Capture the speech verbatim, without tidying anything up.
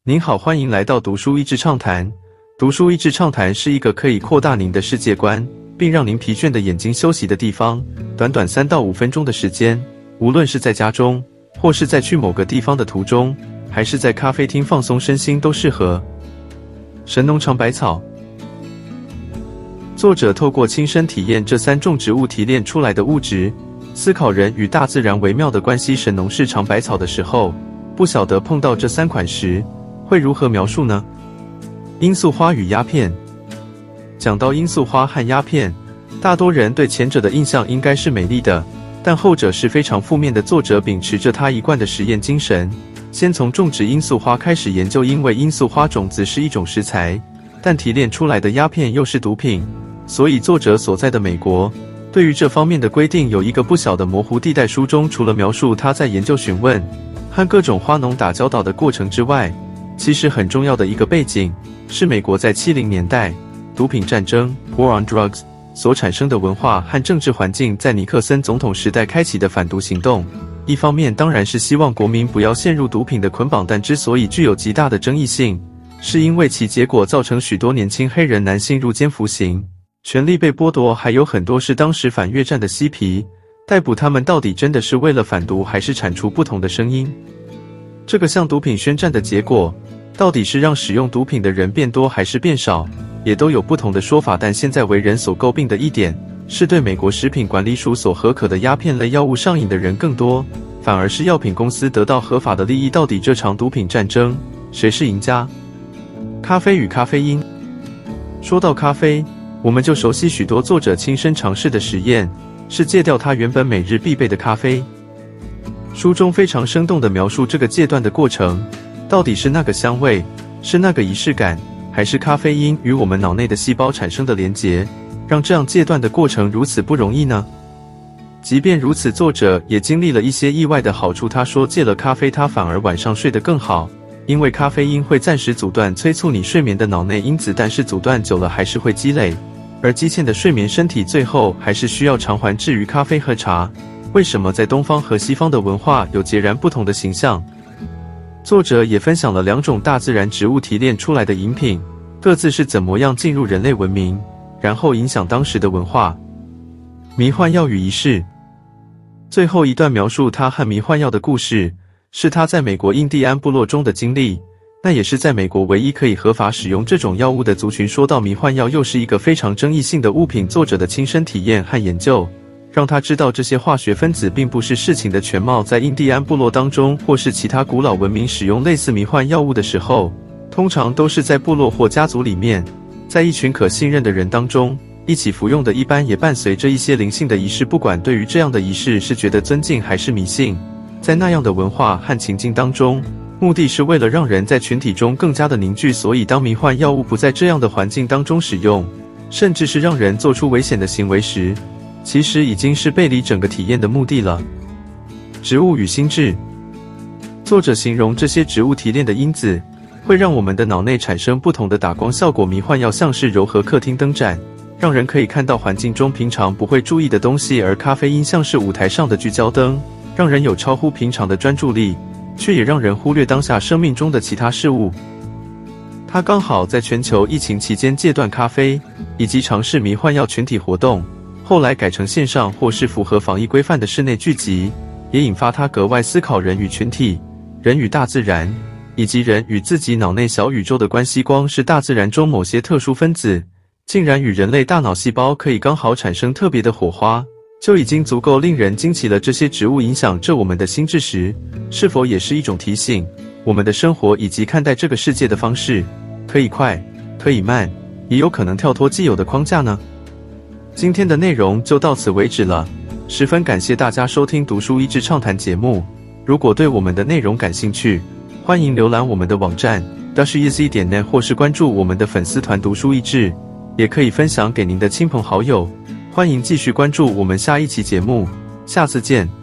您好，欢迎来到读书益智畅谈。读书益智畅谈是一个可以扩大您的世界观，并让您疲倦的眼睛休息的地方。短短三到五分钟的时间，无论是在家中，或是在去某个地方的途中，还是在咖啡厅放松身心都适合。神农尝百草，作者透过亲身体验这三种植物提炼出来的物质，思考人与大自然微妙的关系。神农氏尝百草的时候，不晓得碰到这三款时会如何描述呢？罂粟花与鸦片。讲到罂粟花和鸦片，大多人对前者的印象应该是美丽的，但后者是非常负面的。作者秉持着他一贯的实验精神，先从种植罂粟花开始研究。因为罂粟花种子是一种食材，但提炼出来的鸦片又是毒品，所以作者所在的美国对于这方面的规定有一个不小的模糊地带。书中除了描述他在研究询问和各种花农打交道的过程之外，其实很重要的一个背景是美国在七零年代毒品战争 War on Drugs 所产生的文化和政治环境。在尼克森总统时代开启的反毒行动，一方面当然是希望国民不要陷入毒品的捆绑，但之所以具有极大的争议性，是因为其结果造成许多年轻黑人男性入监服刑，权力被剥夺，还有很多是当时反越战的嬉皮。逮捕他们到底真的是为了反毒，还是铲除不同的声音？这个向毒品宣战的结果，到底是让使用毒品的人变多还是变少，也都有不同的说法。但现在为人所诟病的一点，是对美国食品管理署所核可的鸦片类药物上瘾的人更多，反而是药品公司得到合法的利益。到底这场毒品战争，谁是赢家？咖啡与咖啡因。说到咖啡，我们就熟悉许多作者亲身尝试的实验，是戒掉他原本每日必备的咖啡。书中非常生动地描述这个戒断的过程，到底是那个香味，是那个仪式感，还是咖啡因与我们脑内的细胞产生的连结，让这样戒断的过程如此不容易呢？即便如此，作者也经历了一些意外的好处。他说戒了咖啡，他反而晚上睡得更好，因为咖啡因会暂时阻断催促你睡眠的脑内因子，但是阻断久了还是会积累，而积欠的睡眠身体最后还是需要偿还。至于咖啡和茶，为什么在东方和西方的文化有截然不同的形象？作者也分享了两种大自然植物提炼出来的饮品，各自是怎么样进入人类文明，然后影响当时的文化。迷幻药与仪式。最后一段描述他和迷幻药的故事，是他在美国印第安部落中的经历，那也是在美国唯一可以合法使用这种药物的族群。说到迷幻药，又是一个非常争议性的物品，作者的亲身体验和研究让他知道这些化学分子并不是事情的全貌。在印第安部落当中，或是其他古老文明使用类似迷幻药物的时候，通常都是在部落或家族里面，在一群可信任的人当中一起服用的，一般也伴随着一些灵性的仪式。不管对于这样的仪式是觉得尊敬还是迷信，在那样的文化和情境当中，目的是为了让人在群体中更加的凝聚。所以当迷幻药物不在这样的环境当中使用，甚至是让人做出危险的行为时，其实已经是背离整个体验的目的了。植物与心智。作者形容这些植物提炼的因子会让我们的脑内产生不同的打光效果。迷幻药像是柔和客厅灯盏，让人可以看到环境中平常不会注意的东西，而咖啡因像是舞台上的聚焦灯，让人有超乎平常的专注力，却也让人忽略当下生命中的其他事物。他刚好在全球疫情期间戒断咖啡，以及尝试迷幻药群体活动，后来改成线上或是符合防疫规范的室内聚集，也引发他格外思考人与群体、人与大自然，以及人与自己脑内小宇宙的关系。光是大自然中某些特殊分子，竟然与人类大脑细胞可以刚好产生特别的火花，就已经足够令人惊奇了。这些植物影响着我们的心智时，是否也是一种提醒，我们的生活以及看待这个世界的方式，可以快，可以慢，也有可能跳脱既有的框架呢？今天的内容就到此为止了，十分感谢大家收听读书益智畅谈节目。如果对我们的内容感兴趣，欢迎浏览我们的网站 dash easy 点 net 或是关注我们的粉丝团读书益智，也可以分享给您的亲朋好友。欢迎继续关注我们下一期节目，下次见。